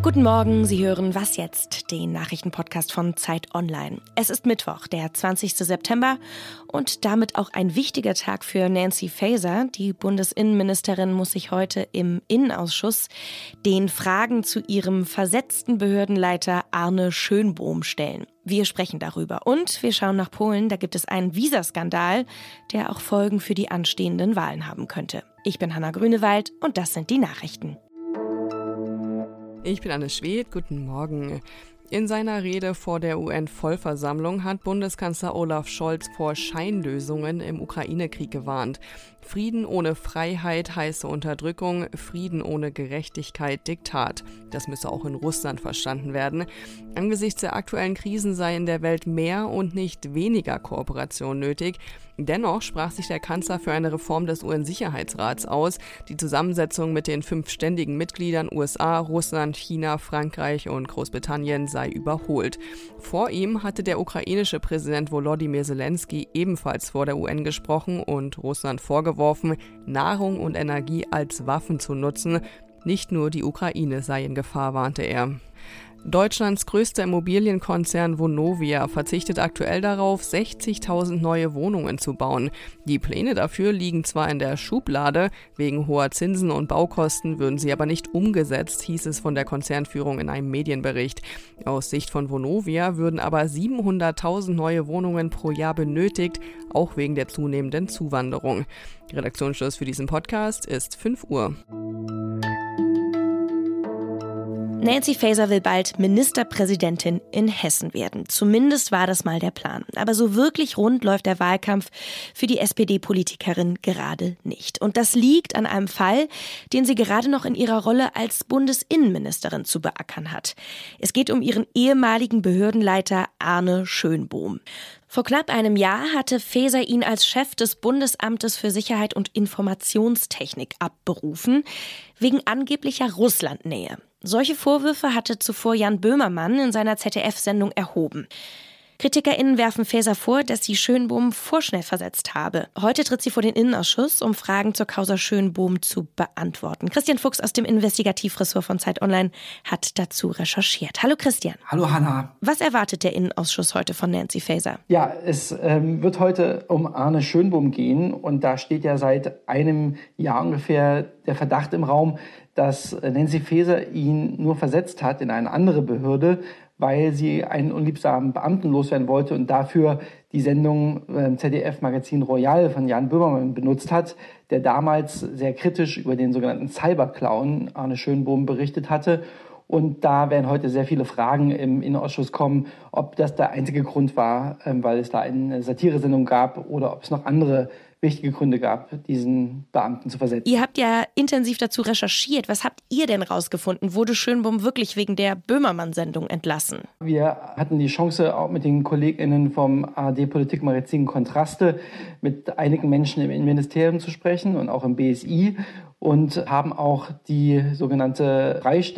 Guten Morgen, Sie hören Was jetzt?, den Nachrichtenpodcast von Zeit Online. Es ist Mittwoch, der 20. September und damit auch ein wichtiger Tag für Nancy Faeser. Die Bundesinnenministerin muss sich heute im Innenausschuss den Fragen zu ihrem versetzten Behördenleiter Arne Schönbohm stellen. Wir sprechen darüber und wir schauen nach Polen. Da gibt es einen Visaskandal, der auch Folgen für die anstehenden Wahlen haben könnte. Ich bin Hanna Grünewald und das sind die Nachrichten. Ich bin Anne Schwedt, guten Morgen. In seiner Rede vor der UN-Vollversammlung hat Bundeskanzler Olaf Scholz vor Scheinlösungen im Ukraine-Krieg gewarnt. Frieden ohne Freiheit heiße Unterdrückung, Frieden ohne Gerechtigkeit Diktat. Das müsse auch in Russland verstanden werden. Angesichts der aktuellen Krisen sei in der Welt mehr und nicht weniger Kooperation nötig. Dennoch sprach sich der Kanzler für eine Reform des UN-Sicherheitsrats aus. Die Zusammensetzung mit den 5 ständigen Mitgliedern USA, Russland, China, Frankreich und Großbritannien sei überholt. Vor ihm hatte der ukrainische Präsident Volodymyr Zelensky ebenfalls vor der UN gesprochen und Russland vorgeworfen, Nahrung und Energie als Waffen zu nutzen. Nicht nur die Ukraine sei in Gefahr, warnte er. Deutschlands größter Immobilienkonzern Vonovia verzichtet aktuell darauf, 60.000 neue Wohnungen zu bauen. Die Pläne dafür liegen zwar in der Schublade, wegen hoher Zinsen und Baukosten würden sie aber nicht umgesetzt, hieß es von der Konzernführung in einem Medienbericht. Aus Sicht von Vonovia würden aber 700.000 neue Wohnungen pro Jahr benötigt, auch wegen der zunehmenden Zuwanderung. Redaktionsschluss für diesen Podcast ist 5 Uhr. Nancy Faeser will bald Ministerpräsidentin in Hessen werden. Zumindest war das mal der Plan. Aber so wirklich rund läuft der Wahlkampf für die SPD-Politikerin gerade nicht. Und das liegt an einem Fall, den sie gerade noch in ihrer Rolle als Bundesinnenministerin zu beackern hat. Es geht um ihren ehemaligen Behördenleiter Arne Schönbohm. Vor knapp einem Jahr hatte Faeser ihn als Chef des Bundesamtes für Sicherheit und Informationstechnik abberufen, wegen angeblicher Russlandnähe. Solche Vorwürfe hatte zuvor Jan Böhmermann in seiner ZDF-Sendung erhoben. KritikerInnen werfen Faeser vor, dass sie Schönbohm vorschnell versetzt habe. Heute tritt sie vor den Innenausschuss, um Fragen zur Causa Schönbohm zu beantworten. Christian Fuchs aus dem Investigativressort von Zeit Online hat dazu recherchiert. Hallo Christian. Hallo Hanna. Was erwartet der Innenausschuss heute von Nancy Faeser? Ja, es wird heute um Arne Schönbohm gehen und da steht ja seit einem Jahr ungefähr der Verdacht im Raum, dass Nancy Faeser ihn nur versetzt hat in eine andere Behörde, weil sie einen unliebsamen Beamten loswerden wollte und dafür die Sendung ZDF-Magazin Royal von Jan Böhmermann benutzt hat, der damals sehr kritisch über den sogenannten Cyberclown Arne Schönbohm berichtet hatte. Und da werden heute sehr viele Fragen im Innenausschuss kommen, ob das der einzige Grund war, weil es da eine Satiresendung gab oder ob es noch andere wichtige Gründe gab, diesen Beamten zu versetzen. Ihr habt ja intensiv dazu recherchiert. Was habt ihr denn rausgefunden? Wurde Schönbohm wirklich wegen der Böhmermann-Sendung entlassen? Wir hatten die Chance, auch mit den KollegInnen vom ARD-Politikmagazin Kontraste mit einigen Menschen im Innenministerium zu sprechen und auch im BSI und haben auch die sogenannte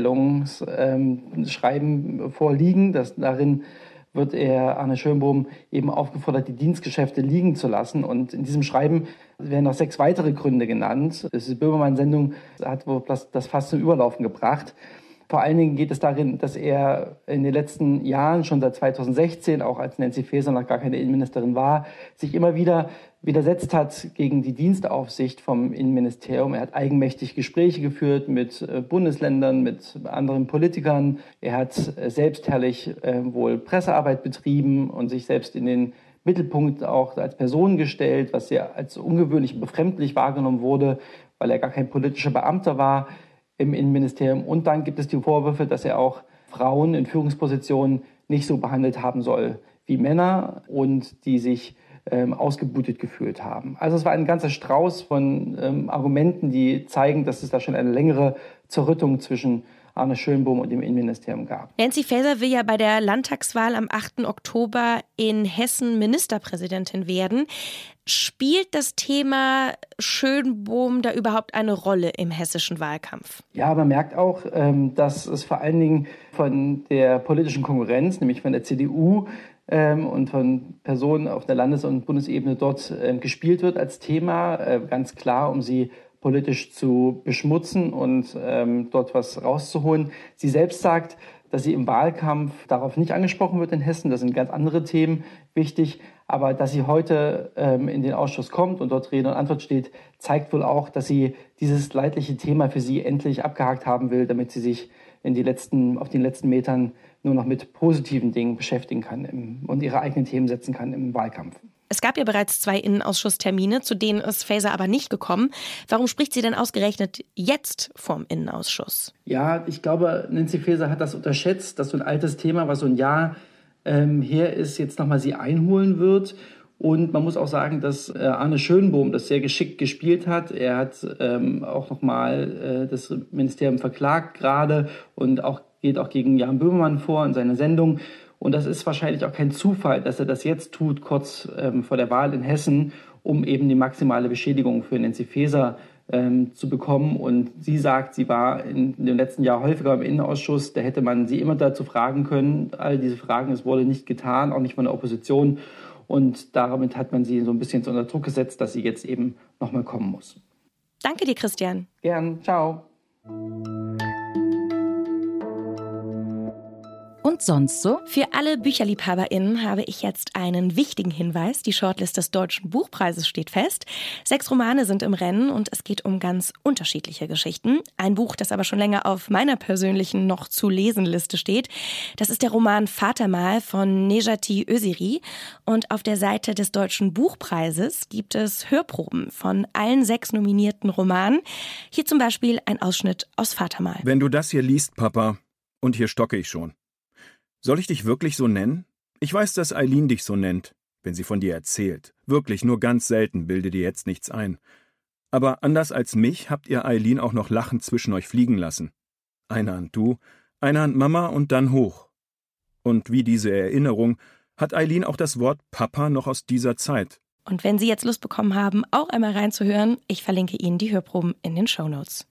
Freistellungsschreiben vorliegen, das darin wird er Arne Schönbohm eben aufgefordert, die Dienstgeschäfte liegen zu lassen. Und in diesem Schreiben werden noch 6 weitere Gründe genannt. Die Böhmermann-Sendung hat wohl das fast zum Überlaufen gebracht. Vor allen Dingen geht es darin, dass er in den letzten Jahren, schon seit 2016, auch als Nancy Faeser noch gar keine Innenministerin war, sich immer wieder widersetzt hat gegen die Dienstaufsicht vom Innenministerium. Er hat eigenmächtig Gespräche geführt mit Bundesländern, mit anderen Politikern. Er hat selbstherrlich wohl Pressearbeit betrieben und sich selbst in den Mittelpunkt auch als Person gestellt, was sehr als ungewöhnlich und befremdlich wahrgenommen wurde, weil er gar kein politischer Beamter war im Innenministerium. Und dann gibt es die Vorwürfe, dass er auch Frauen in Führungspositionen nicht so behandelt haben soll wie Männer und die sich ausgebutet gefühlt haben. Also es war ein ganzer Strauß von Argumenten, die zeigen, dass es da schon eine längere Zerrüttung zwischen Arne Schönbohm und dem Innenministerium gab. Nancy Faeser will ja bei der Landtagswahl am 8. Oktober in Hessen Ministerpräsidentin werden. Spielt das Thema Schönbohm da überhaupt eine Rolle im hessischen Wahlkampf? Ja, man merkt auch, dass es vor allen Dingen von der politischen Konkurrenz, nämlich von der CDU, und von Personen auf der Landes- und Bundesebene dort gespielt wird als Thema, ganz klar, um sie politisch zu beschmutzen und dort was rauszuholen. Sie selbst sagt, dass sie im Wahlkampf darauf nicht angesprochen wird in Hessen. Das sind ganz andere Themen wichtig. Aber dass sie heute in den Ausschuss kommt und dort Rede und Antwort steht, zeigt wohl auch, dass sie dieses leidliche Thema für sie endlich abgehakt haben will, damit sie sich auf den letzten Metern nur noch mit positiven Dingen beschäftigen kann und ihre eigenen Themen setzen kann im Wahlkampf. Es gab ja bereits 2 Innenausschusstermine, zu denen ist Faeser aber nicht gekommen. Warum spricht sie denn ausgerechnet jetzt vom Innenausschuss? Ja, ich glaube, Nancy Faeser hat das unterschätzt, dass so ein altes Thema, was so ein Jahr her ist, jetzt nochmal sie einholen wird. Und man muss auch sagen, dass Arne Schönbohm das sehr geschickt gespielt hat. Er hat auch nochmal das Ministerium verklagt gerade und geht auch gegen Jan Böhmermann vor in seiner Sendung. Und das ist wahrscheinlich auch kein Zufall, dass er das jetzt tut, kurz vor der Wahl in Hessen, um eben die maximale Beschädigung für Nancy Faeser zu bekommen. Und sie sagt, sie war in dem letzten Jahr häufiger im Innenausschuss. Da hätte man sie immer dazu fragen können. All diese Fragen, es wurde nicht getan, auch nicht von der Opposition. Und damit hat man sie so ein bisschen unter Druck gesetzt, dass sie jetzt eben nochmal kommen muss. Danke dir, Christian. Gern. Ciao. Und sonst so? Für alle BücherliebhaberInnen habe ich jetzt einen wichtigen Hinweis. Die Shortlist des Deutschen Buchpreises steht fest. 6 Romane sind im Rennen und es geht um ganz unterschiedliche Geschichten. Ein Buch, das aber schon länger auf meiner persönlichen noch zu lesen Liste steht, das ist der Roman Vatermal von Nejati Öziri. Und auf der Seite des Deutschen Buchpreises gibt es Hörproben von allen 6 nominierten Romanen. Hier zum Beispiel ein Ausschnitt aus Vatermal. Wenn du das hier liest, Papa, und hier stocke ich schon. Soll ich dich wirklich so nennen? Ich weiß, dass Eileen dich so nennt, wenn sie von dir erzählt. Wirklich, nur ganz selten, bilde dir jetzt nichts ein. Aber anders als mich habt ihr Eileen auch noch lachend zwischen euch fliegen lassen. Eine Hand du, eine Hand Mama und dann hoch. Und wie diese Erinnerung hat Eileen auch das Wort Papa noch aus dieser Zeit. Und wenn Sie jetzt Lust bekommen haben, auch einmal reinzuhören, ich verlinke Ihnen die Hörproben in den Shownotes.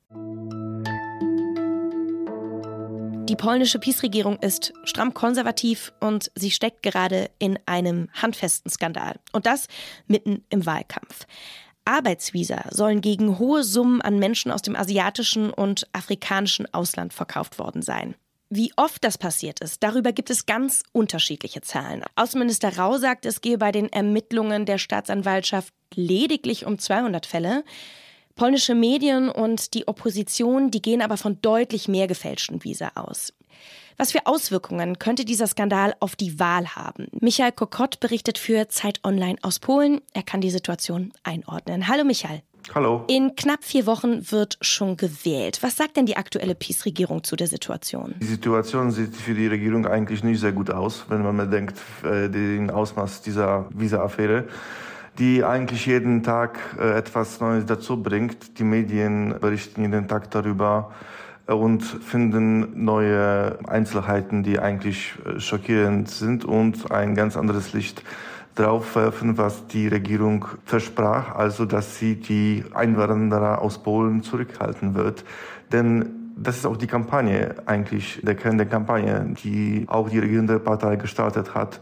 Die polnische PiS-Regierung ist stramm konservativ und sie steckt gerade in einem handfesten Skandal. Und das mitten im Wahlkampf. Arbeitsvisa sollen gegen hohe Summen an Menschen aus dem asiatischen und afrikanischen Ausland verkauft worden sein. Wie oft das passiert ist, darüber gibt es ganz unterschiedliche Zahlen. Außenminister Rau sagt, es gehe bei den Ermittlungen der Staatsanwaltschaft lediglich um 200 Fälle. Polnische Medien und die Opposition, die gehen aber von deutlich mehr gefälschten Visa aus. Was für Auswirkungen könnte dieser Skandal auf die Wahl haben? Michael Kokott berichtet für Zeit Online aus Polen. Er kann die Situation einordnen. Hallo Michael. Hallo. In knapp 4 Wochen wird schon gewählt. Was sagt denn die aktuelle PiS-Regierung zu der Situation? Die Situation sieht für die Regierung eigentlich nicht sehr gut aus, wenn man bedenkt, den Ausmaß dieser Visa-Affäre, die eigentlich jeden Tag etwas Neues dazu bringt. Die Medien berichten jeden Tag darüber und finden neue Einzelheiten, die eigentlich schockierend sind und ein ganz anderes Licht drauf werfen, was die Regierung versprach, also dass sie die Einwanderer aus Polen zurückhalten wird. Denn das ist auch die Kampagne eigentlich, der Kern der Kampagne, die auch die regierende Partei gestartet hat.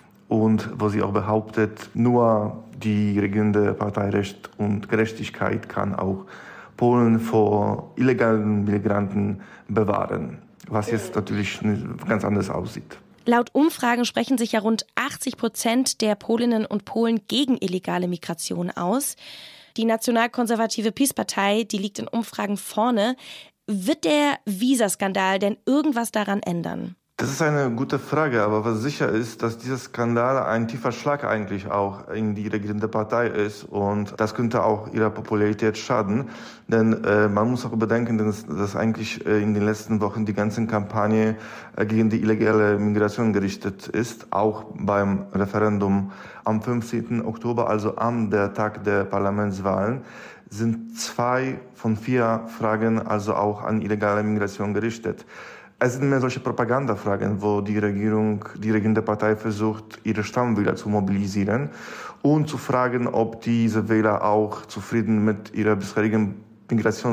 Und wo sie auch behauptet, nur die regierende Partei Recht und Gerechtigkeit kann auch Polen vor illegalen Migranten bewahren, was jetzt natürlich ganz anders aussieht. Laut Umfragen sprechen sich ja rund 80% der Polinnen und Polen gegen illegale Migration aus. Die nationalkonservative PiS-Partei, die liegt in Umfragen vorne. Wird der Visaskandal denn irgendwas daran ändern? Das ist eine gute Frage, aber was sicher ist, dass dieser Skandal ein tiefer Schlag eigentlich auch in die regierende Partei ist und das könnte auch ihrer Popularität schaden, denn man muss auch bedenken, dass eigentlich in den letzten Wochen die ganze Kampagne gegen die illegale Migration gerichtet ist, auch beim Referendum am 15. Oktober, also am der Tag der Parlamentswahlen, sind 2 von 4 Fragen also auch an illegale Migration gerichtet. Es sind mehr solche Propagandafragen, wo die regierende Partei versucht, ihre Stammwähler zu mobilisieren und zu fragen, ob diese Wähler auch zufrieden mit ihrer bisherigen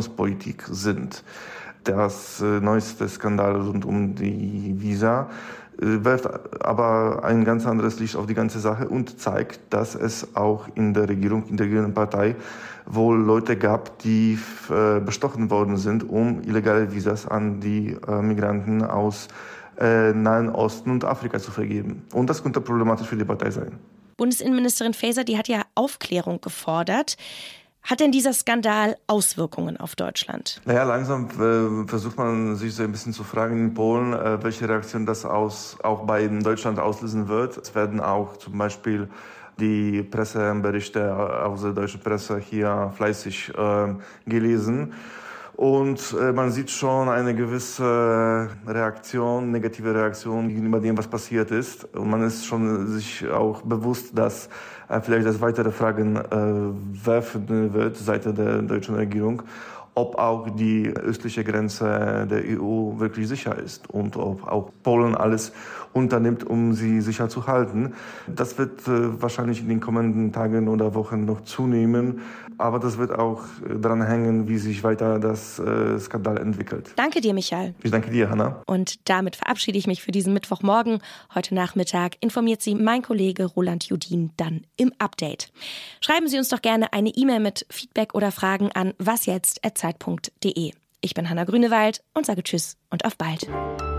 Migrationspolitik sind. Das neueste Skandal rund um die Visa wirft aber ein ganz anderes Licht auf die ganze Sache und zeigt, dass es auch in der Regierung, in der Grünen Partei, wohl Leute gab, die bestochen worden sind, um illegale Visas an die Migranten aus Nahen Osten und Afrika zu vergeben. Und das könnte problematisch für die Partei sein. Bundesinnenministerin Faeser, die hat ja Aufklärung gefordert. Hat denn dieser Skandal Auswirkungen auf Deutschland? Naja, langsam versucht man sich so ein bisschen zu fragen in Polen, welche Reaktion das auch bei Deutschland auslösen wird. Es werden auch zum Beispiel die Presseberichte aus der deutschen Presse hier fleißig gelesen. Und man sieht schon eine gewisse Reaktion, negative Reaktion gegenüber dem, was passiert ist. Und man ist schon sich auch bewusst, dass vielleicht das weitere Fragen werfen wird seitens der deutschen Regierung, ob auch die östliche Grenze der EU wirklich sicher ist und ob auch Polen alles unternimmt, um sie sicher zu halten. Das wird wahrscheinlich in den kommenden Tagen oder Wochen noch zunehmen, aber das wird auch daran hängen, wie sich weiter das Skandal entwickelt. Danke dir, Michael. Ich danke dir, Hanna. Und damit verabschiede ich mich für diesen Mittwochmorgen. Heute Nachmittag informiert Sie mein Kollege Roland Judin dann im Update. Schreiben Sie uns doch gerne eine E-Mail mit Feedback oder Fragen an wasjetzt@zeit.de. Ich bin Hanna Grünewald und sage Tschüss und auf bald.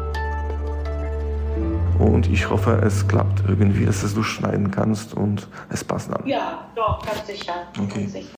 Und ich hoffe, es klappt irgendwie, dass du schneiden kannst und es passt dann. Ja, doch, ganz sicher. Okay. Ganz sicher.